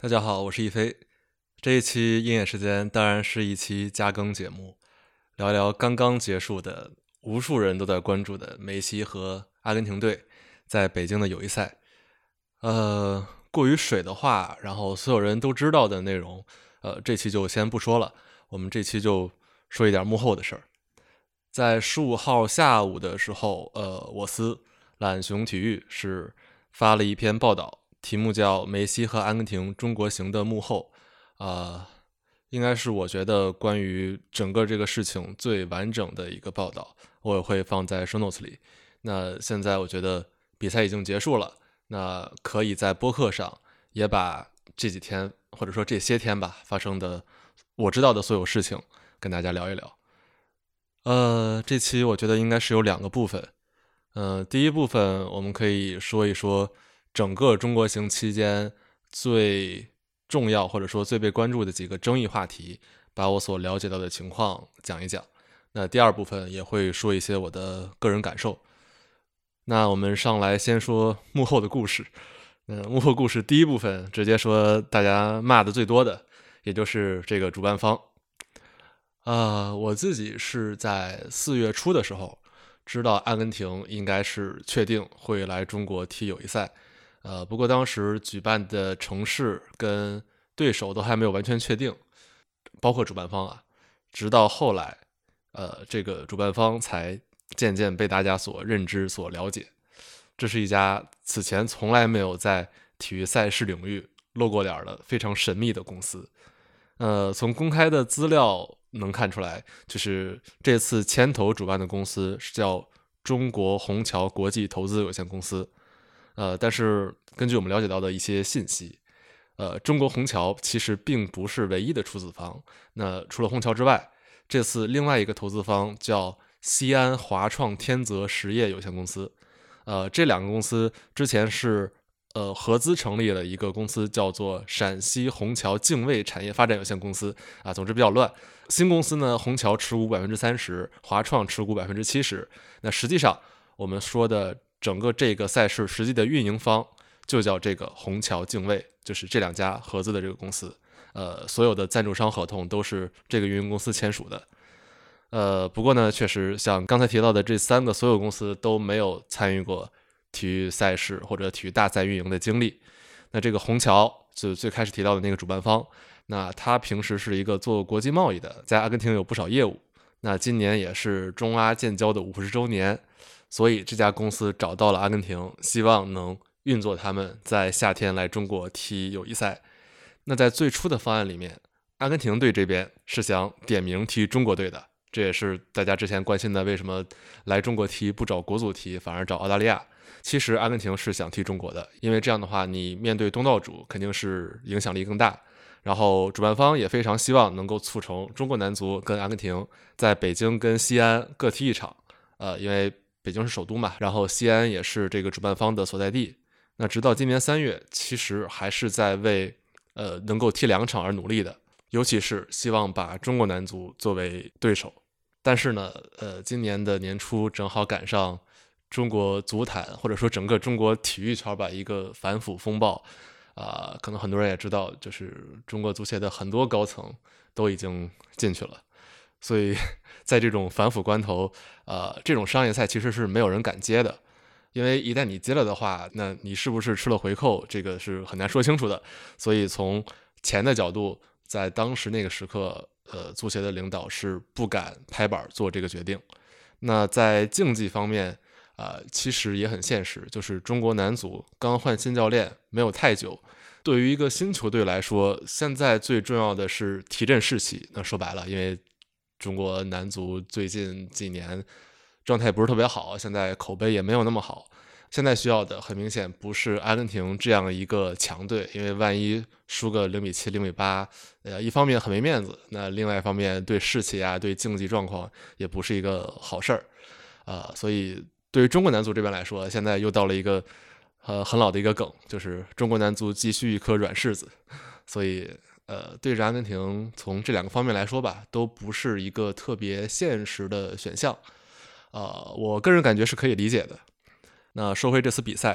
大家好，我是一飞。这一期鹰眼时间当然是一期加更节目，聊一聊刚刚结束的无数人都在关注的梅西和阿根廷队在北京的友谊赛。过于水的话，然后所有人都知道的内容，这期就先不说了。我们这期就说一点幕后的事儿。在15号下午的时候，我司懒熊体育是发了一篇报道，题目叫《梅西和阿根廷中国行的幕后》，应该是我觉得关于整个这个事情最完整的一个报道，我也会放在 show notes 里。那现在我觉得比赛已经结束了，那可以在播客上也把这几天或者说这些天吧发生的我知道的所有事情跟大家聊一聊。这期我觉得应该是有2个部分。第一部分我们可以说一说整个中国行期间最重要或者说最被关注的几个争议话题，把我所了解到的情况讲一讲。那第二部分也会说一些我的个人感受。那我们上来先说幕后的故事。幕后故事第一部分直接说大家骂的最多的，也就是这个主办方。我自己是在4月初的时候知道阿根廷应该是确定会来中国踢友谊赛，不过当时举办的城市跟对手都还没有完全确定，包括主办方啊，直到后来，这个主办方才渐渐被大家所认知、所了解。这是一家此前从来没有在体育赛事领域露过脸的非常神秘的公司。从公开的资料能看出来，就是这次牵头主办的公司是叫中国虹桥国际投资有限公司。但是根据我们了解到的一些信息，中国虹桥其实并不是唯一的出资方。那除了虹桥之外，这次另外一个投资方叫西安华创天泽实业有限公司。这2个公司之前是合资成立了一个公司，叫做陕西虹桥竞卫产业发展有限公司总之比较乱。新公司呢，虹桥持股30%，华创持股70%。那实际上我们说的整个这个赛事实际的运营方就叫这个虹桥竞卫，就是这2家合资的这个公司。所有的赞助商合同都是这个运营公司签署的。不过呢，确实像刚才提到的这3个所有公司都没有参与过体育赛事或者体育大赛运营的经历。那这个虹桥就最开始提到的那个主办方，那他平时是一个做国际贸易的，在阿根廷有不少业务。那今年也是中阿建交的50周年，所以这家公司找到了阿根廷，希望能运作他们在夏天来中国踢友谊赛。那在最初的方案里面，阿根廷队这边是想点名踢中国队的，这也是大家之前关心的为什么来中国踢不找国足踢，反而找澳大利亚。其实阿根廷是想踢中国的，因为这样的话你面对东道主肯定是影响力更大。然后主办方也非常希望能够促成中国男足跟阿根廷在北京跟西安各踢一场，因为北京是首都嘛，然后西安也是这个主办方的所在地。那直到今年3月，其实还是在为能够踢2场而努力的，尤其是希望把中国男足作为对手。但是呢，今年的年初正好赶上中国足坛或者说整个中国体育圈吧一个反腐风暴。可能很多人也知道，就是中国足协的很多高层都已经进去了，所以在这种反腐关头，这种商业赛其实是没有人敢接的，因为一旦你接了的话，那你是不是吃了回扣，这个是很难说清楚的。所以从钱的角度，在当时那个时刻，足协的领导是不敢拍板做这个决定。那在竞技方面，其实也很现实，就是中国男足刚换新教练没有太久，对于一个新球队来说，现在最重要的是提振士气。那说白了，因为中国男足最近几年状态不是特别好，现在口碑也没有那么好。现在需要的很明显不是阿根廷这样一个强队，因为万一输个0-7、0-8，一方面很没面子，那另外一方面对士气对竞技状况也不是一个好事儿。所以对于中国男足这边来说，现在又到了一个很老的一个梗，就是中国男足急需一颗软柿子。所以对着阿根廷从这2个方面来说吧，都不是一个特别现实的选项。我个人感觉是可以理解的。那说回这次比赛，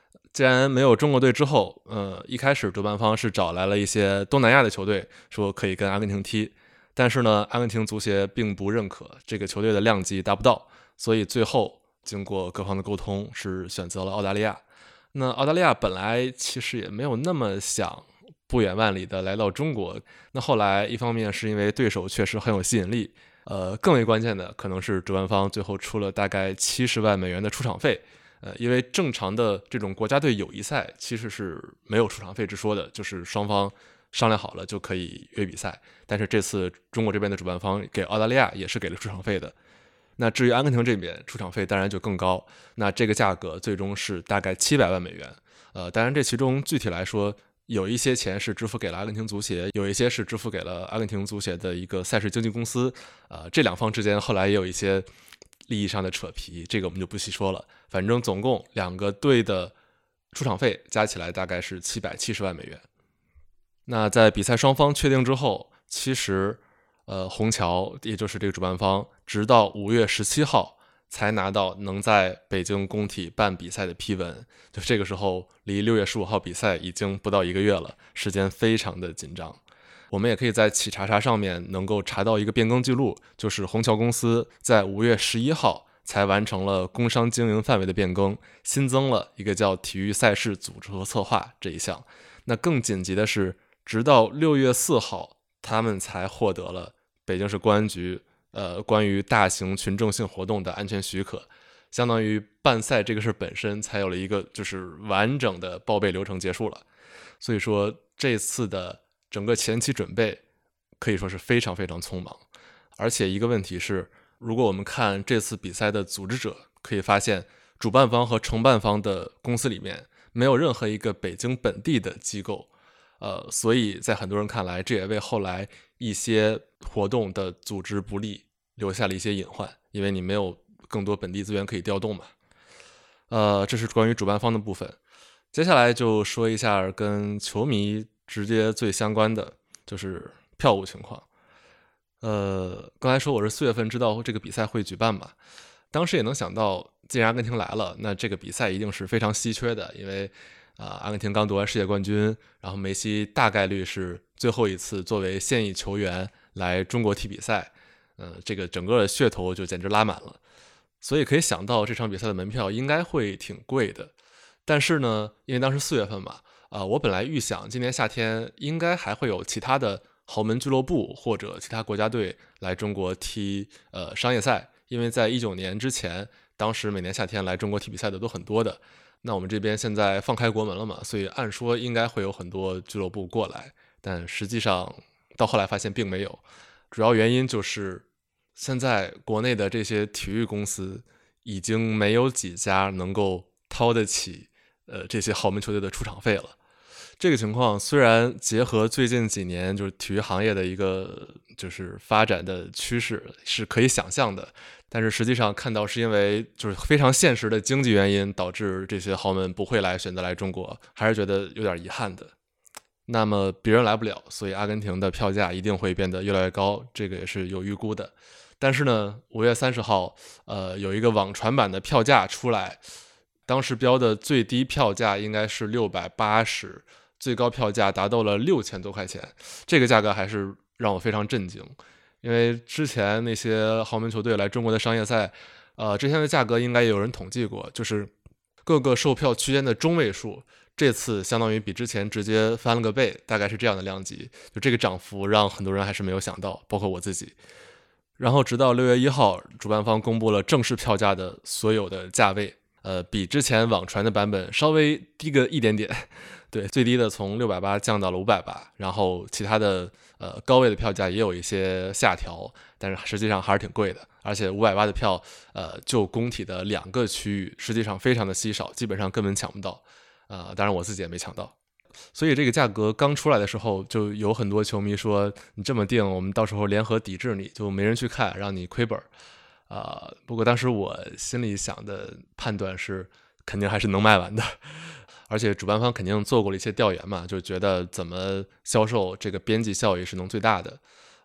既然没有中国队之后，一开始主办方是找来了一些东南亚的球队，说可以跟阿根廷踢，但是呢，阿根廷足协并不认可这个球队的量级达不到，所以最后经过各方的沟通，是选择了澳大利亚。那澳大利亚本来其实也没有那么想不远万里的来到中国，那后来一方面是因为对手确实很有吸引力，更为关键的可能是主办方最后出了大概70万美元的出场费。因为正常的这种国家队友谊赛其实是没有出场费之说的，就是双方商量好了就可以约比赛。但是这次中国这边的主办方给澳大利亚也是给了出场费的。那至于阿根廷这边出场费当然就更高，那这个价格最终是大概700万美元。当然这其中具体来说，有一些钱是支付给了阿根廷足协，有一些是支付给了阿根廷足协的一个赛事经纪公司。这两方之间后来也有一些利益上的扯皮，这个我们就不细说了。反正总共两个队的出场费加起来大概是770万美元。那在比赛双方确定之后，其实虹桥也就是这个主办方，直到5月17号才拿到能在北京工体办比赛的批文。就这个时候离6月15号比赛已经不到1个月了，时间非常的紧张。我们也可以在企查查上面能够查到一个变更记录，就是虹桥公司在5月11号才完成了工商经营范围的变更，新增了一个叫体育赛事组织和策划这一项。那更紧急的是，直到6月4号他们才获得了北京市公安局关于大型群众性活动的安全许可，相当于办赛这个事本身才有了一个就是完整的报备流程结束了。所以说这次的整个前期准备可以说是非常非常匆忙。而且一个问题是，如果我们看这次比赛的组织者，可以发现主办方和承办方的公司里面没有任何一个北京本地的机构，所以在很多人看来，这也为后来一些活动的组织不利留下了一些隐患，因为你没有更多本地资源可以调动嘛。这是关于主办方的部分。接下来就说一下跟球迷直接最相关的，就是票务情况。刚才说我是4月份知道这个比赛会举办嘛，当时也能想到，既然阿根廷来了，那这个比赛一定是非常稀缺的，因为阿根廷刚夺完世界冠军，然后梅西大概率是最后一次作为现役球员来中国踢比赛，这个整个的噱头就简直拉满了，所以可以想到这场比赛的门票应该会挺贵的。但是呢，因为当时4月份嘛，我本来预想今年夏天应该还会有其他的豪门俱乐部或者其他国家队来中国踢商业赛，因为在19年之前，当时每年夏天来中国踢比赛的都很多的。那我们这边现在放开国门了嘛，所以按说应该会有很多俱乐部过来，但实际上到后来发现并没有。主要原因就是现在国内的这些体育公司已经没有几家能够掏得起这些豪门球队的出场费了。这个情况虽然结合最近几年就是体育行业的一个就是发展的趋势是可以想象的，但是实际上看到是因为就是非常现实的经济原因导致这些豪门不会选择来中国，还是觉得有点遗憾的。那么别人来不了，所以阿根廷的票价一定会变得越来越高，这个也是有预估的。但是呢，5月30号有一个网传版的票价出来，当时标的最低票价应该是680，最高票价达到了6000多块钱，这个价格还是让我非常震惊。因为之前那些豪门球队来中国的商业赛，之前的价格应该也有人统计过，就是各个售票区间的中位数，这次相当于比之前直接翻了个倍，大概是这样的量级。就这个涨幅让很多人还是没有想到，包括我自己。然后直到6月1号，主办方公布了正式票价的所有的价位，比之前网传的版本稍微低个一点点，对，最低的从680降到了580，然后其他的高位的票价也有一些下调，但是实际上还是挺贵的，而且580的票就工体的2个区域实际上非常的稀少，基本上根本抢不到，当然我自己也没抢到。所以这个价格刚出来的时候，就有很多球迷说你这么定，我们到时候联合抵制你，就没人去看，让你亏本。不过当时我心里想的判断是肯定还是能卖完的，而且主办方肯定做过了一些调研嘛，就觉得怎么销售这个边际效益是能最大的。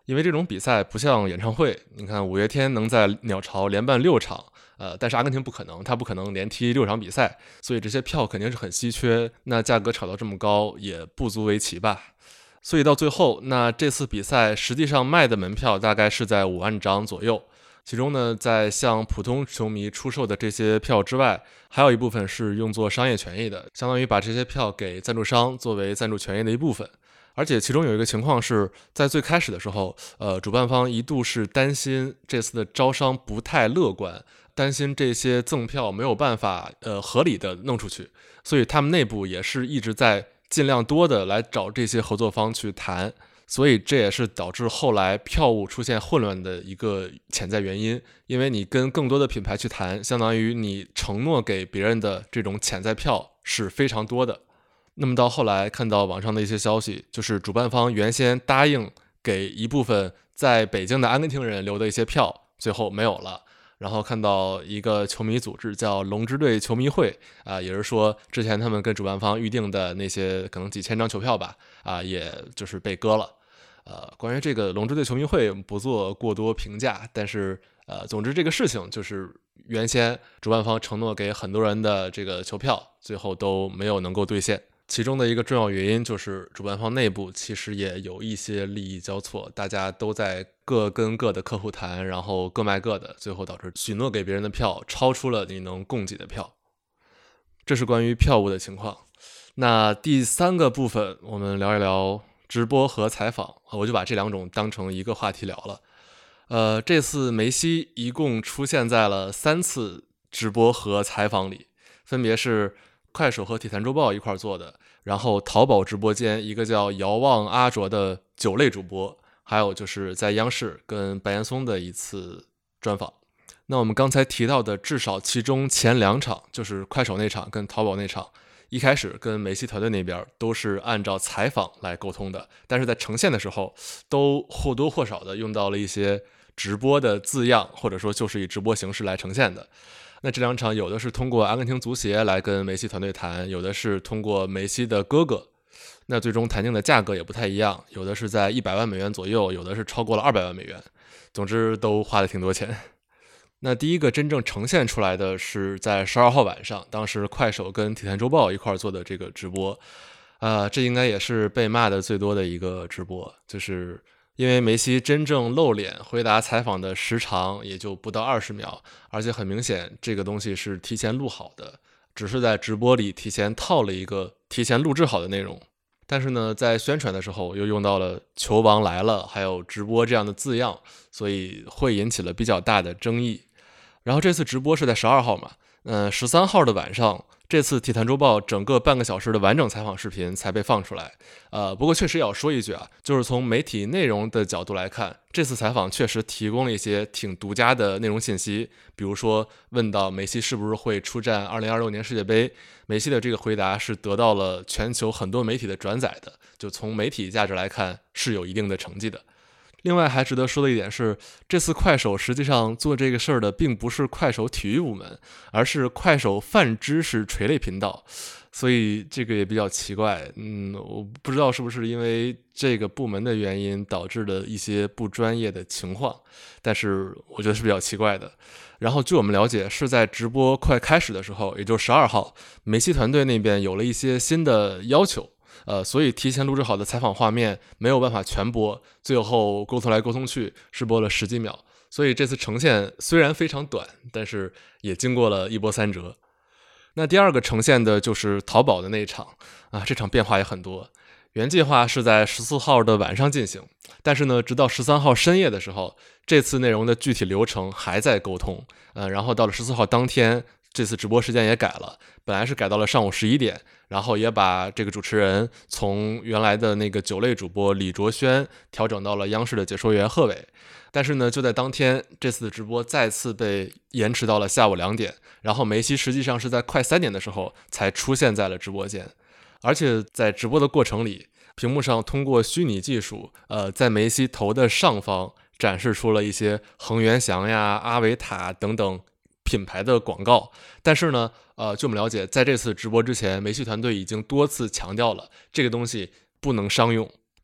因为这种比赛不像演唱会，你看五月天能在鸟巢连办6场，但是阿根廷不可能，他不可能连踢6场比赛，所以这些票肯定是很稀缺，那价格炒到这么高也不足为奇吧。所以到最后，那这次比赛实际上卖的门票大概是在5万张左右，其中呢，在向普通球迷出售的这些票之外，还有一部分是用作商业权益的，相当于把这些票给赞助商作为赞助权益的一部分。而且其中有一个情况是在最开始的时候，主办方一度是担心这次的招商不太乐观，担心这些赠票没有办法合理的弄出去，所以他们内部也是一直在尽量多的来找这些合作方去谈，所以这也是导致后来票务出现混乱的一个潜在原因。因为你跟更多的品牌去谈，相当于你承诺给别人的这种潜在票是非常多的。那么到后来看到网上的一些消息，就是主办方原先答应给一部分在北京的阿根廷人留的一些票，最后没有了。然后看到一个球迷组织叫龙之队球迷会也是说之前他们跟主办方预定的那些可能几千张球票吧也就是被割了。关于这个龙之队球迷会不做过多评价，但是总之这个事情就是原先主办方承诺给很多人的这个球票，最后都没有能够兑现。其中的一个重要原因就是主办方内部其实也有一些利益交错，大家都在各跟各的客户谈，然后各卖各的，最后导致许诺给别人的票超出了你能供给的票。这是关于票务的情况。那第3个部分我们聊一聊直播和采访，我就把这2种当成一个话题聊了。这次梅西一共出现在了3次直播和采访里，分别是快手和体坛周报一块做的，然后淘宝直播间一个叫遥望阿卓的酒类主播，还有就是在央视跟白岩松的一次专访。那我们刚才提到的至少其中前2场，就是快手那场跟淘宝那场，一开始跟梅西团队那边都是按照采访来沟通的，但是在呈现的时候都或多或少的用到了一些直播的字样，或者说就是以直播形式来呈现的。那这2场有的是通过阿根廷足协来跟梅西团队谈，有的是通过梅西的哥哥，那最终谈定的价格也不太一样，有的是在100万美元左右，有的是超过了200万美元，总之都花了挺多钱。那第一个真正呈现出来的是在12号晚上，当时快手跟体坛周报一块做的这个直播，这应该也是被骂的最多的一个直播，就是因为梅西真正露脸回答采访的时长也就不到20秒，而且很明显这个东西是提前录好的，只是在直播里提前套了一个提前录制好的内容。但是呢，在宣传的时候又用到了球王来了还有直播这样的字样，所以会引起了比较大的争议。然后这次直播是在12号嘛，13号的晚上，这次体坛周报整个半个小时的完整采访视频才被放出来。不过确实也要说一句就是从媒体内容的角度来看，这次采访确实提供了一些挺独家的内容信息，比如说问到梅西是不是会出战2026年世界杯，梅西的这个回答是得到了全球很多媒体的转载的，就从媒体价值来看是有一定的成绩的。另外还值得说的一点是，这次快手实际上做这个事儿的并不是快手体育部门，而是快手泛知识垂类频道，所以这个也比较奇怪。我不知道是不是因为这个部门的原因导致的一些不专业的情况，但是我觉得是比较奇怪的。然后据我们了解，是在直播快开始的时候，也就是12号，梅西团队那边有了一些新的要求。所以提前录制好的采访画面没有办法全播，最后沟通来沟通去是播了10几秒，所以这次呈现虽然非常短，但是也经过了一波三折。那第2个呈现的就是淘宝的那一场这场变化也很多。原计划是在14号的晚上进行，但是呢，直到13号深夜的时候，这次内容的具体流程还在沟通。然后到了14号当天，这次直播时间也改了，本来是改到了上午11点，然后也把这个主持人从原来的那个酒类主播李卓轩调整到了央视的解说员贺炜。但是呢，就在当天，这次的直播再次被延迟到了下午2点，然后梅西实际上是在快3点的时候才出现在了直播间。而且在直播的过程里，屏幕上通过虚拟技术在梅西头的上方展示出了一些恒源祥呀、阿维塔等等品牌的广告。但是呢据我们了解，在这次直播之前，梅西团队已经多次强调了这个东西不能商用。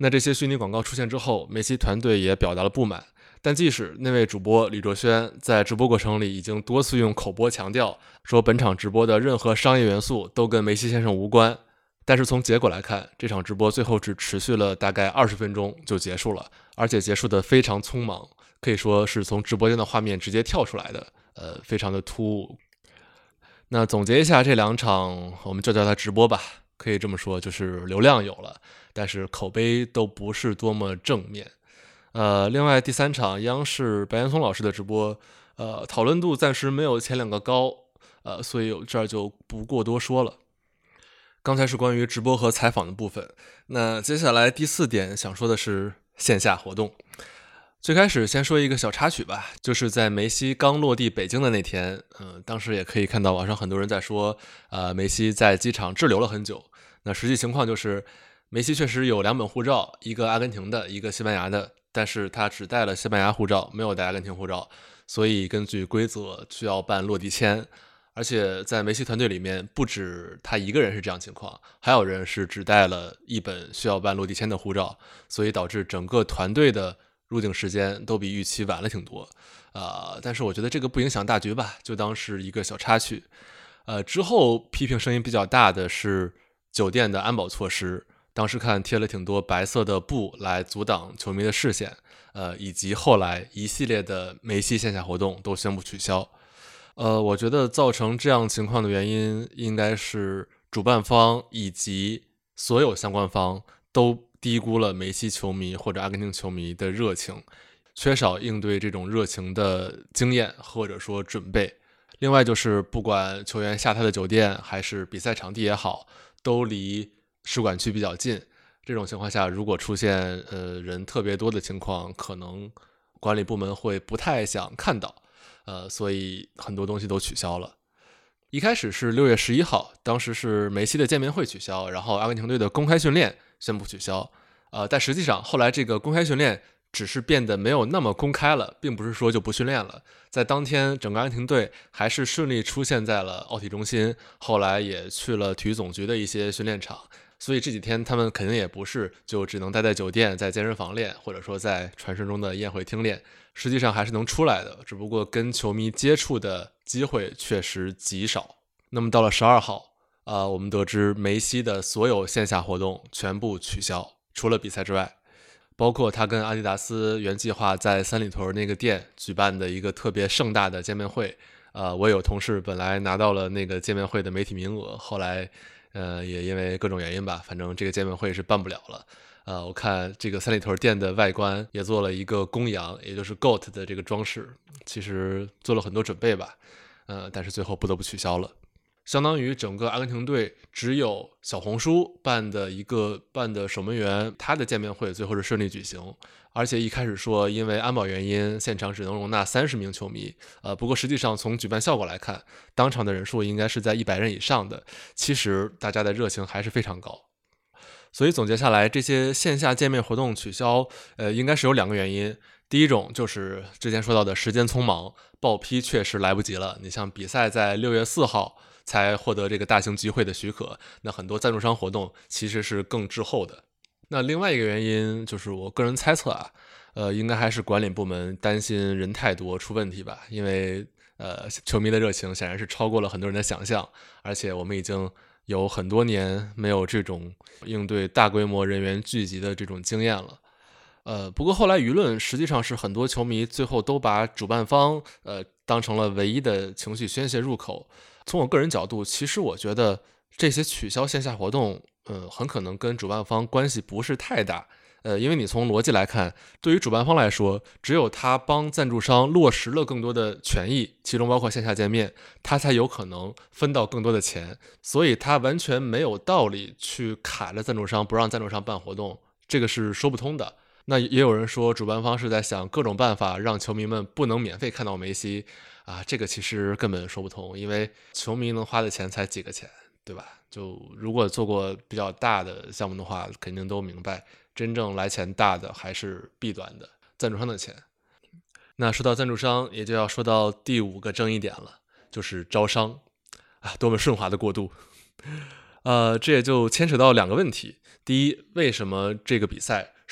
那这些虚拟广告出现之后，梅西团队也表达了不满。但即使那位主播李卓轩在直播过程里已经多次用口播强调说本场直播的任何商业元素都跟梅西先生无关，但是从结果来看，这场直播最后只持续了大概20分钟就结束了，而且结束的非常匆忙，可以说是从直播间的画面直接跳出来的，非常的突兀。那总结一下这2场，我们就叫它直播吧，可以这么说，就是流量有了，但是口碑都不是多么正面。另外第3场央视白岩松老师的直播，讨论度暂时没有前2个高，所以这儿就不过多说了。刚才是关于直播和采访的部分，那接下来第4点想说的是线下活动。最开始先说一个小插曲吧，就是在梅西刚落地北京的那天，当时也可以看到网上很多人在说，梅西在机场滞留了很久。那实际情况就是，梅西确实有2本护照，一个阿根廷的，一个西班牙的，但是他只带了西班牙护照，没有带阿根廷护照，所以根据规则需要办落地签。而且在梅西团队里面，不止他一个人是这样情况，还有人是只带了1本需要办落地签的护照，所以导致整个团队的入境时间都比预期晚了挺多。但是我觉得这个不影响大局吧，就当是一个小插曲。之后批评声音比较大的是酒店的安保措施，当时看贴了挺多白色的布来阻挡球迷的视线，以及后来一系列的梅西线下活动都宣布取消。我觉得造成这样情况的原因应该是主办方以及所有相关方都低估了梅西球迷或者阿根廷球迷的热情，缺少应对这种热情的经验或者说准备。另外就是不管球员下榻的酒店还是比赛场地也好，都离使馆区比较近，这种情况下如果出现人特别多的情况，可能管理部门会不太想看到，所以很多东西都取消了。一开始是6月11号，当时是梅西的见面会取消，然后阿根廷队的公开训练宣布取消。但实际上后来这个公开训练只是变得没有那么公开了，并不是说就不训练了。在当天，整个阿根廷队还是顺利出现在了奥体中心，后来也去了体育总局的一些训练场。所以这几天他们肯定也不是就只能待在酒店，在健身房练，或者说在传说中的宴会厅练，实际上还是能出来的，只不过跟球迷接触的机会确实极少。那么到了12号，我们得知梅西的所有线下活动全部取消，除了比赛之外，包括他跟阿迪达斯原计划在三里屯那个店举办的一个特别盛大的见面会。我有同事本来拿到了那个见面会的媒体名额，后来也因为各种原因吧，反正这个见面会是办不了了。我看这个三里屯店的外观也做了一个公羊，也就是 GOAT 的这个装饰，其实做了很多准备吧，但是最后不得不取消了。相当于整个阿根廷队只有小红书办的守门员，他的见面会最后是顺利举行，而且一开始说因为安保原因，现场只能容纳30名球迷。不过实际上从举办效果来看，当场的人数应该是在100人以上的。其实大家的热情还是非常高。所以总结下来，这些线下见面活动取消，应该是有2个原因。第一种就是之前说到的时间匆忙，报批确实来不及了。你像比赛在6月4号才获得这个大型集会的许可，那很多赞助商活动其实是更滞后的。那另外一个原因就是我个人猜测啊，应该还是管理部门担心人太多出问题吧，因为球迷的热情显然是超过了很多人的想象，而且我们已经有很多年没有这种应对大规模人员聚集的这种经验了。不过后来舆论实际上是很多球迷最后都把主办方当成了唯一的情绪宣泄入口。从我个人角度，其实我觉得这些取消线下活动，很可能跟主办方关系不是太大。因为你从逻辑来看，对于主办方来说，只有他帮赞助商落实了更多的权益，其中包括线下见面，他才有可能分到更多的钱。所以他完全没有道理去卡着赞助商，不让赞助商办活动，这个是说不通的。那也有人说，主办方是在想各种办法让球迷们不能免费看到梅西啊，这个其实根本说不通，因为球迷能花的钱才几个钱，对吧？就如果做过比较大的项目的话，肯定都明白，真正来钱大的还是弊端的赞助商的钱。那说到赞助商，也就要说到第5个争议点了，就是招商啊，多么顺滑的过渡。这也就牵扯到2个问题。第一，为什么这个比赛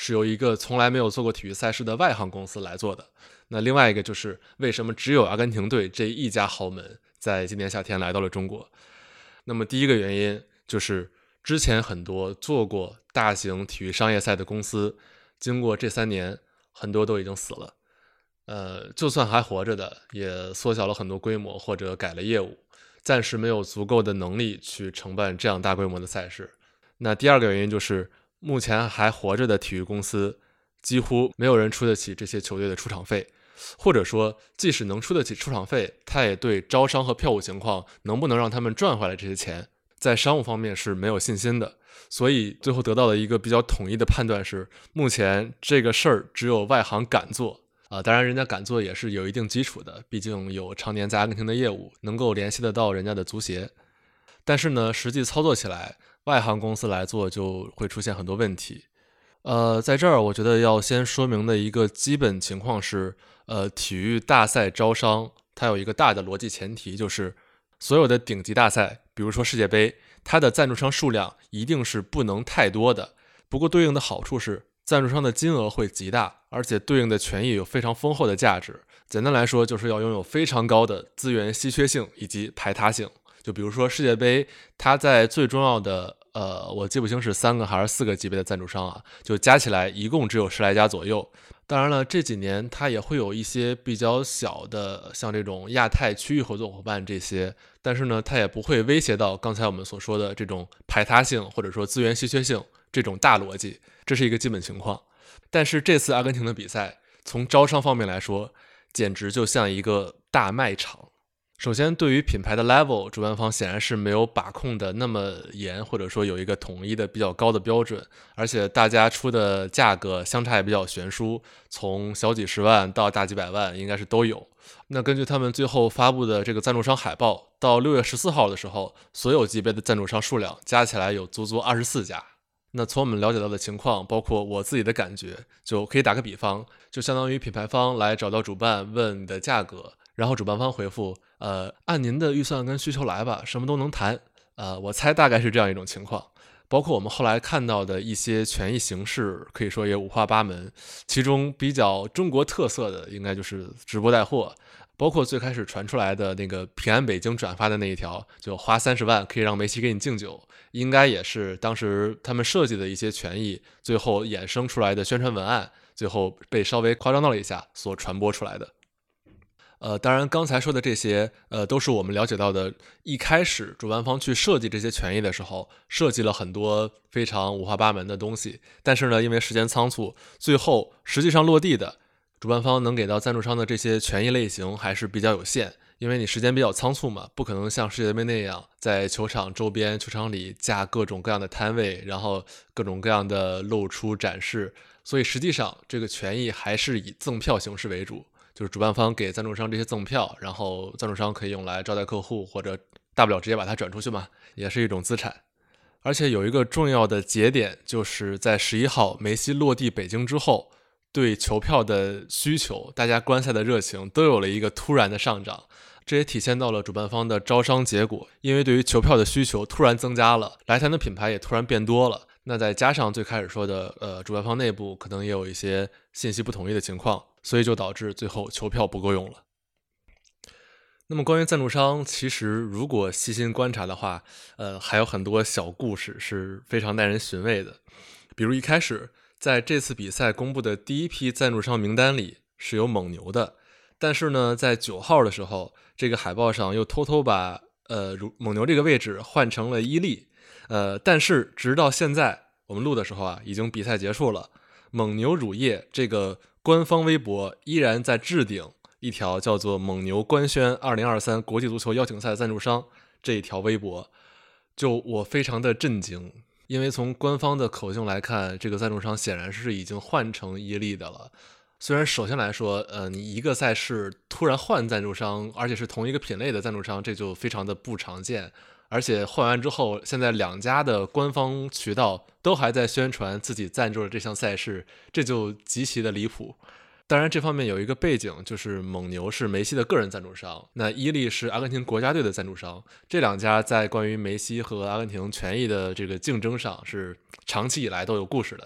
是由一个从来没有做过体育赛事的外行公司来做的。那另外一个就是为什么只有阿根廷队这一家豪门在今年夏天来到了中国。那么第一个原因就是之前很多做过大型体育商业赛的公司，经过这3年很多都已经死了，就算还活着的也缩小了很多规模或者改了业务，暂时没有足够的能力去承办这样大规模的赛事。那第二个原因就是目前还活着的体育公司几乎没有人出得起这些球队的出场费，或者说即使能出得起出场费，他也对招商和票务情况能不能让他们赚回来这些钱，在商务方面是没有信心的。所以最后得到的一个比较统一的判断是，目前这个事儿只有外行敢做当然人家敢做也是有一定基础的，毕竟有常年在阿根廷的业务，能够联系得到人家的足协。但是呢，实际操作起来，外行公司来做就会出现很多问题。在这儿我觉得要先说明的一个基本情况是，体育大赛招商它有一个大的逻辑前提，就是所有的顶级大赛，比如说世界杯，它的赞助商数量一定是不能太多的。不过对应的好处是，赞助商的金额会极大，而且对应的权益有非常丰厚的价值。简单来说，就是要拥有非常高的资源稀缺性以及排他性。就比如说世界杯，它在最重要的我记不清是3个还是4个级别的赞助商啊，就加起来一共只有10来家左右。当然了，这几年它也会有一些比较小的，像这种亚太区域合作伙伴这些，但是呢，它也不会威胁到刚才我们所说的这种排他性或者说资源稀缺性这种大逻辑，这是一个基本情况。但是这次阿根廷的比赛，从招商方面来说，简直就像一个大卖场。首先，对于品牌的 level， 主办方显然是没有把控的那么严，或者说有一个统一的比较高的标准，而且大家出的价格相差也比较悬殊，从小几十万到大几百万应该是都有。那根据他们最后发布的这个赞助商海报，到6月14号的时候，所有级别的赞助商数量加起来有足足24家。那从我们了解到的情况，包括我自己的感觉，就可以打个比方，就相当于品牌方来找到主办问你的价格，然后主办方回复按您的预算跟需求来吧，什么都能谈。我猜大概是这样一种情况。包括我们后来看到的一些权益形式，可以说也五花八门，其中比较中国特色的应该就是直播带货，包括最开始传出来的那个平安北京转发的那一条，就花30万可以让梅西给你敬酒，应该也是当时他们设计的一些权益，最后衍生出来的宣传文案，最后被稍微夸张到了一下所传播出来的。当然刚才说的这些都是我们了解到的，一开始主办方去设计这些权益的时候，设计了很多非常五花八门的东西，但是呢，因为时间仓促，最后实际上落地的主办方能给到赞助商的这些权益类型还是比较有限，因为你时间比较仓促嘛，不可能像世界杯那样在球场周边、球场里架各种各样的摊位，然后各种各样的露出展示，所以实际上这个权益还是以赠票形式为主。就是主办方给赞助商这些赠票，然后赞助商可以用来招待客户，或者大不了直接把它转出去嘛，也是一种资产。而且有一个重要的节点，就是在11号梅西落地北京之后，对球票的需求，大家观赛的热情都有了一个突然的上涨，这也体现到了主办方的招商结果，因为对于球票的需求突然增加了，来谈的品牌也突然变多了。那再加上最开始说的主办方内部可能也有一些信息不统一的情况，所以就导致最后球票不够用了。那么关于赞助商，其实如果细心观察的话，还有很多小故事是非常耐人寻味的。比如一开始在这次比赛公布的第一批赞助商名单里是有蒙牛的，但是呢，在9号的时候，这个海报上又偷偷把蒙牛这个位置换成了伊利。但是直到现在我们录的时候啊，已经比赛结束了，蒙牛乳业这个官方微博依然在置顶一条叫做蒙牛官宣2023国际足球邀请赛赞助商这一条微博，就我非常的震惊，因为从官方的口径来看，这个赞助商显然是已经换成伊利的了。虽然首先来说你一个赛事突然换赞助商，而且是同一个品类的赞助商，这就非常的不常见，而且换完之后，现在2家的官方渠道都还在宣传自己赞助了这项赛事，这就极其的离谱。当然这方面有一个背景，就是蒙牛是梅西的个人赞助商，那伊利是阿根廷国家队的赞助商，这2家在关于梅西和阿根廷权益的这个竞争上是长期以来都有故事的。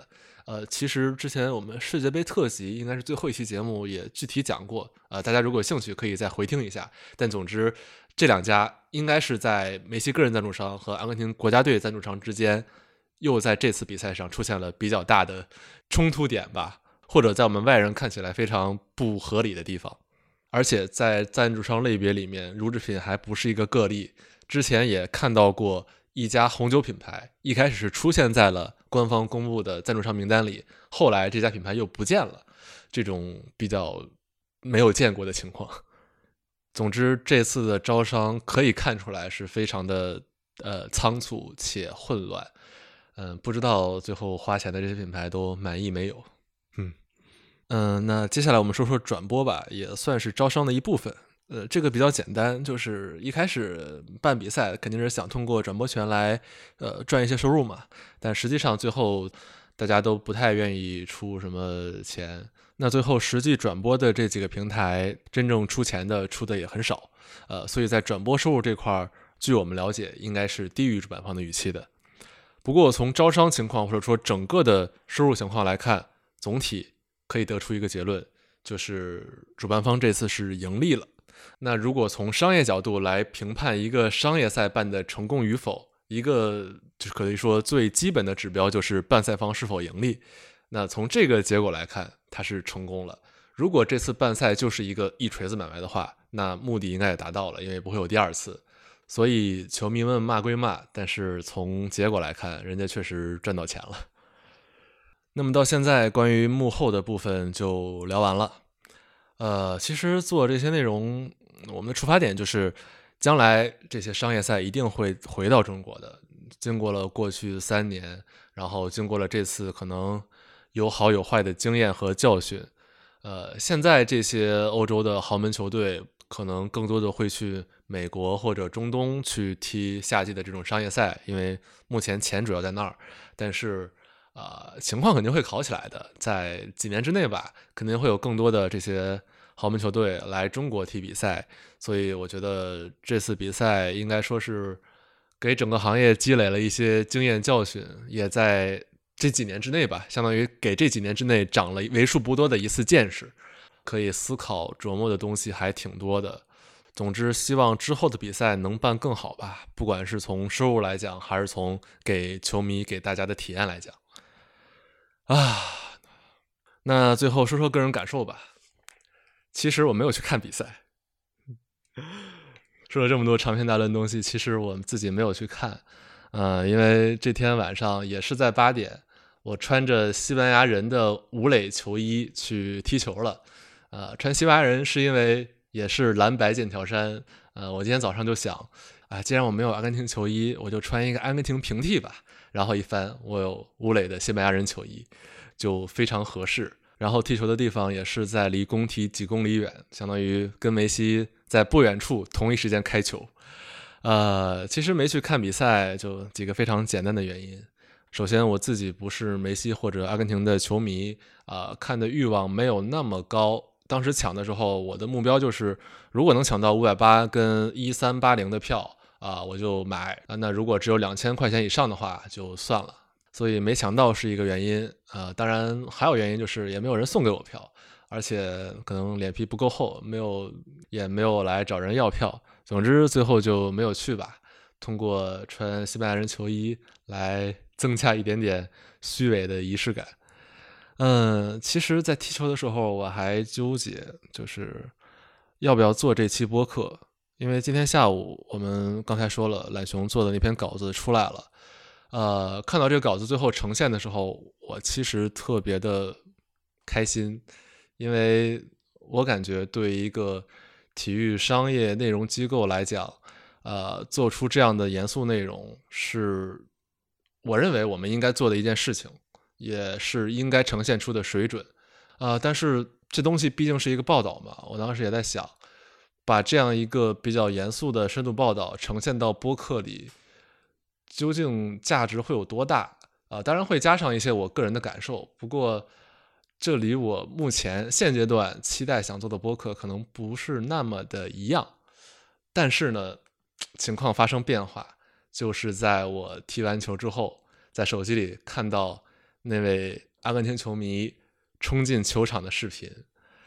其实之前我们世界杯特辑应该是最后一期节目也具体讲过，大家如果有兴趣可以再回听一下。但总之，这两家应该是在梅西个人赞助商和阿根廷国家队赞助商之间，又在这次比赛上出现了比较大的冲突点吧，或者在我们外人看起来非常不合理的地方。而且在赞助商类别里面，乳制品还不是一个个例。之前也看到过一家红酒品牌，一开始是出现在了官方公布的赞助商名单里，后来这家品牌又不见了，这种比较没有见过的情况。总之，这次的招商可以看出来是非常的仓促且混乱。不知道最后花钱的这些品牌都满意没有。那接下来我们说说转播吧，也算是招商的一部分。这个比较简单，就是一开始办比赛肯定是想通过转播权来赚一些收入嘛，但实际上最后大家都不太愿意出什么钱。那最后实际转播的这几个平台真正出钱的出的也很少，所以在转播收入这块，据我们了解应该是低于主办方的预期的。不过从招商情况或者说整个的收入情况来看，总体可以得出一个结论，就是主办方这次是盈利了。那如果从商业角度来评判一个商业赛办的成功与否，一个就可以说最基本的指标就是办赛方是否盈利。那从这个结果来看，它是成功了。如果这次办赛就是一个一锤子买卖的话，那目的应该也达到了，因为不会有第二次。所以球迷们骂归骂，但是从结果来看，人家确实赚到钱了。那么到现在关于幕后的部分就聊完了。其实做这些内容，我们的出发点就是将来这些商业赛一定会回到中国的。经过了过去3年，然后经过了这次可能有好有坏的经验和教训，现在这些欧洲的豪门球队可能更多的会去美国或者中东去踢夏季的这种商业赛，因为目前钱主要在那儿。但是情况肯定会好起来的，在几年之内吧，肯定会有更多的这些豪门球队来中国踢比赛，所以我觉得这次比赛应该说是给整个行业积累了一些经验教训，也在这几年之内吧，相当于给这几年之内长了为数不多的一次见识，可以思考琢磨的东西还挺多的。总之希望之后的比赛能办更好吧，不管是从收入来讲，还是从给球迷给大家的体验来讲。那最后说说个人感受吧。其实我没有去看比赛，说了这么多长篇大论的东西，其实我自己没有去看。因为这天晚上也是在8点，我穿着西班牙人的武磊球衣去踢球了。穿西班牙人是因为也是蓝白剑条衫。我今天早上就想，既然我没有阿根廷球衣，我就穿一个阿根廷平替吧。然后一翻，我有武磊的西班牙人球衣，就非常合适。然后踢球的地方也是在离工体几公里远，相当于跟梅西在不远处同一时间开球。其实没去看比赛，就几个非常简单的原因。首先，我自己不是梅西或者阿根廷的球迷，看的欲望没有那么高。当时抢的时候，我的目标就是如果能抢到580跟1380的票我就买。那如果只有2000块钱以上的话，就算了。所以没抢到是一个原因。当然还有原因就是也没有人送给我票，而且可能脸皮不够厚，也没有来找人要票。总之最后就没有去吧，通过穿西班牙人球衣来增加一点点虚伪的仪式感。其实在踢球的时候我还纠结，就是要不要做这期播客，因为今天下午我们刚才说了，懒熊做的那篇稿子出来了。看到这个稿子最后呈现的时候，我其实特别的开心，因为我感觉对于一个体育商业内容机构来讲，做出这样的严肃内容是我认为我们应该做的一件事情，也是应该呈现出的水准。但是这东西毕竟是一个报道嘛，我当时也在想，把这样一个比较严肃的深度报道呈现到播客里，究竟价值会有多大？当然会加上一些我个人的感受，不过这离我目前现阶段期待想做的播客可能不是那么的一样。但是呢，情况发生变化，就是在我踢完球之后，在手机里看到那位阿根廷球迷冲进球场的视频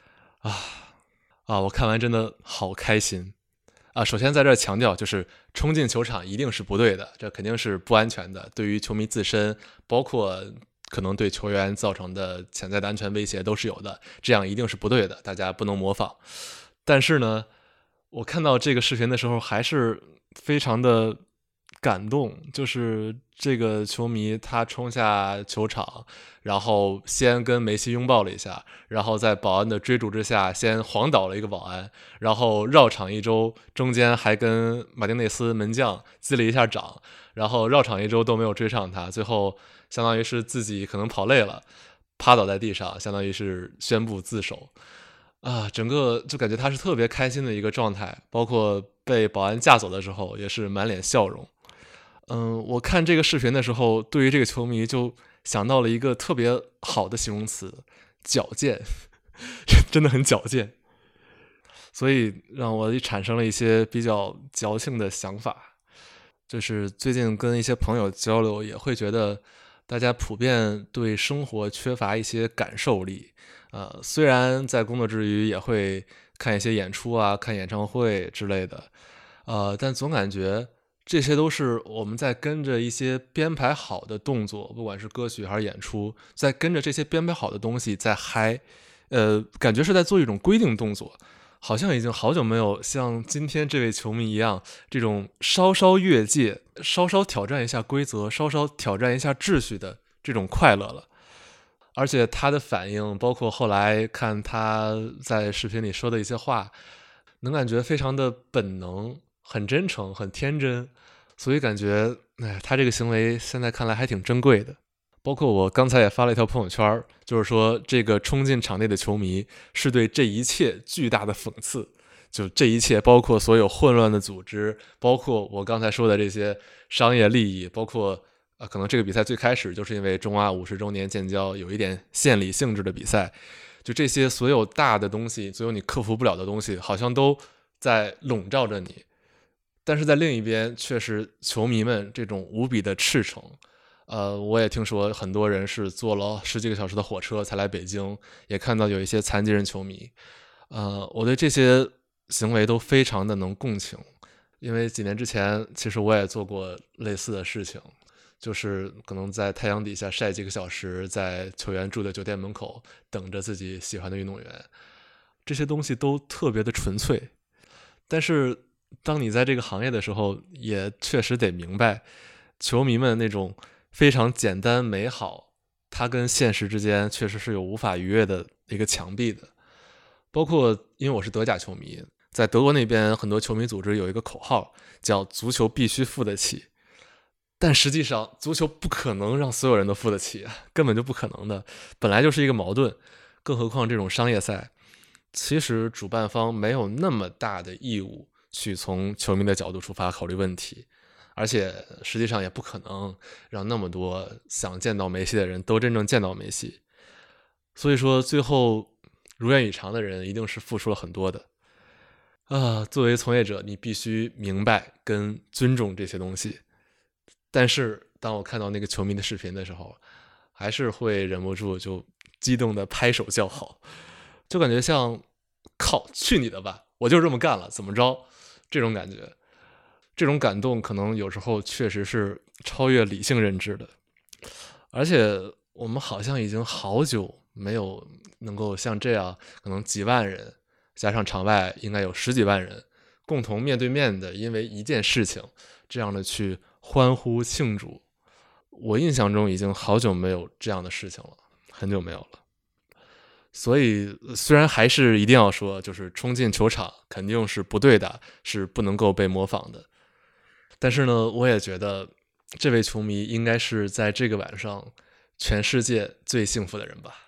我看完真的好开心首先在这儿强调，就是冲进球场一定是不对的，这肯定是不安全的，对于球迷自身，包括可能对球员造成的潜在的安全威胁都是有的，这样一定是不对的，大家不能模仿。但是呢，我看到这个视频的时候还是非常的感动，就是这个球迷他冲下球场，然后先跟梅西拥抱了一下，然后在保安的追逐之下先晃倒了一个保安，然后绕场一周，中间还跟马丁内斯门将击了一下掌，然后绕场一周都没有追上他，最后相当于是自己可能跑累了，趴倒在地上，相当于是宣布自首整个就感觉他是特别开心的一个状态，包括被保安架走的时候也是满脸笑容。我看这个视频的时候，对于这个球迷就想到了一个特别好的形容词，矫健，真的很矫健，所以让我产生了一些比较矫情的想法。就是最近跟一些朋友交流，也会觉得大家普遍对生活缺乏一些感受力。虽然在工作之余也会看一些演出啊，看演唱会之类的，但总感觉这些都是我们在跟着一些编排好的动作，不管是歌曲还是演出，在跟着这些编排好的东西在嗨，感觉是在做一种规定动作。好像已经好久没有像今天这位球迷一样，这种稍稍越界、稍稍挑战一下规则、稍稍挑战一下秩序的这种快乐了。而且他的反应，包括后来看他在视频里说的一些话，能感觉非常的本能、很真诚、很天真，所以感觉，他这个行为现在看来还挺珍贵的。包括我刚才也发了一条朋友圈，就是说这个冲进场内的球迷是对这一切巨大的讽刺，就这一切包括所有混乱的组织，包括我刚才说的这些商业利益，包括可能这个比赛最开始就是因为中阿50周年建交有一点献礼性质的比赛，就这些所有大的东西，所有你克服不了的东西，好像都在笼罩着你。但是在另一边，确实球迷们这种无比的赤诚。我也听说很多人是坐了10几个小时的火车才来北京，也看到有一些残疾人球迷。我对这些行为都非常的能共情，因为几年之前，其实我也做过类似的事情，就是可能在太阳底下晒几个小时，在球员住的酒店门口等着自己喜欢的运动员，这些东西都特别的纯粹。但是当你在这个行业的时候，也确实得明白，球迷们那种非常简单美好，它跟现实之间确实是有无法逾越的一个墙壁的。包括因为我是德甲球迷，在德国那边很多球迷组织有一个口号叫足球必须付得起，但实际上足球不可能让所有人都付得起，根本就不可能的，本来就是一个矛盾，更何况这种商业赛，其实主办方没有那么大的义务去从球迷的角度出发考虑问题，而且实际上也不可能让那么多想见到梅西的人都真正见到梅西。所以说最后如愿以偿的人一定是付出了很多的作为从业者，你必须明白跟尊重这些东西。但是当我看到那个球迷的视频的时候，还是会忍不住就激动的拍手叫好，就感觉像靠去你的吧，我就这么干了，怎么着，这种感觉。这种感动可能有时候确实是超越理性认知的，而且我们好像已经好久没有能够像这样，可能几万人加上场外应该有10几万人共同面对面的因为一件事情这样的去欢呼庆祝。我印象中已经好久没有这样的事情了，很久没有了。所以虽然还是一定要说，就是冲进球场肯定是不对的，是不能够被模仿的，但是呢，我也觉得这位球迷应该是在这个晚上全世界最幸福的人吧。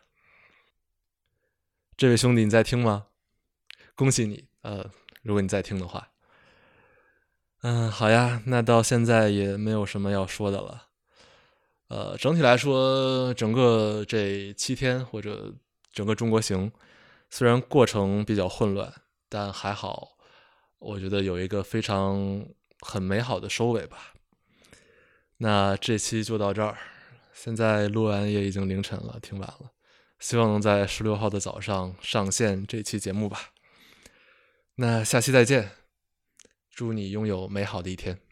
这位兄弟你在听吗？恭喜你，如果你在听的话。好呀，那到现在也没有什么要说的了。整体来说，整个这7天或者整个中国行，虽然过程比较混乱，但还好，我觉得有一个很美好的收尾吧。那这期就到这儿， 现在录完也已经凌晨了，挺晚了，希望能在16号的早上上线这期节目吧。那下期再见，祝你拥有美好的一天。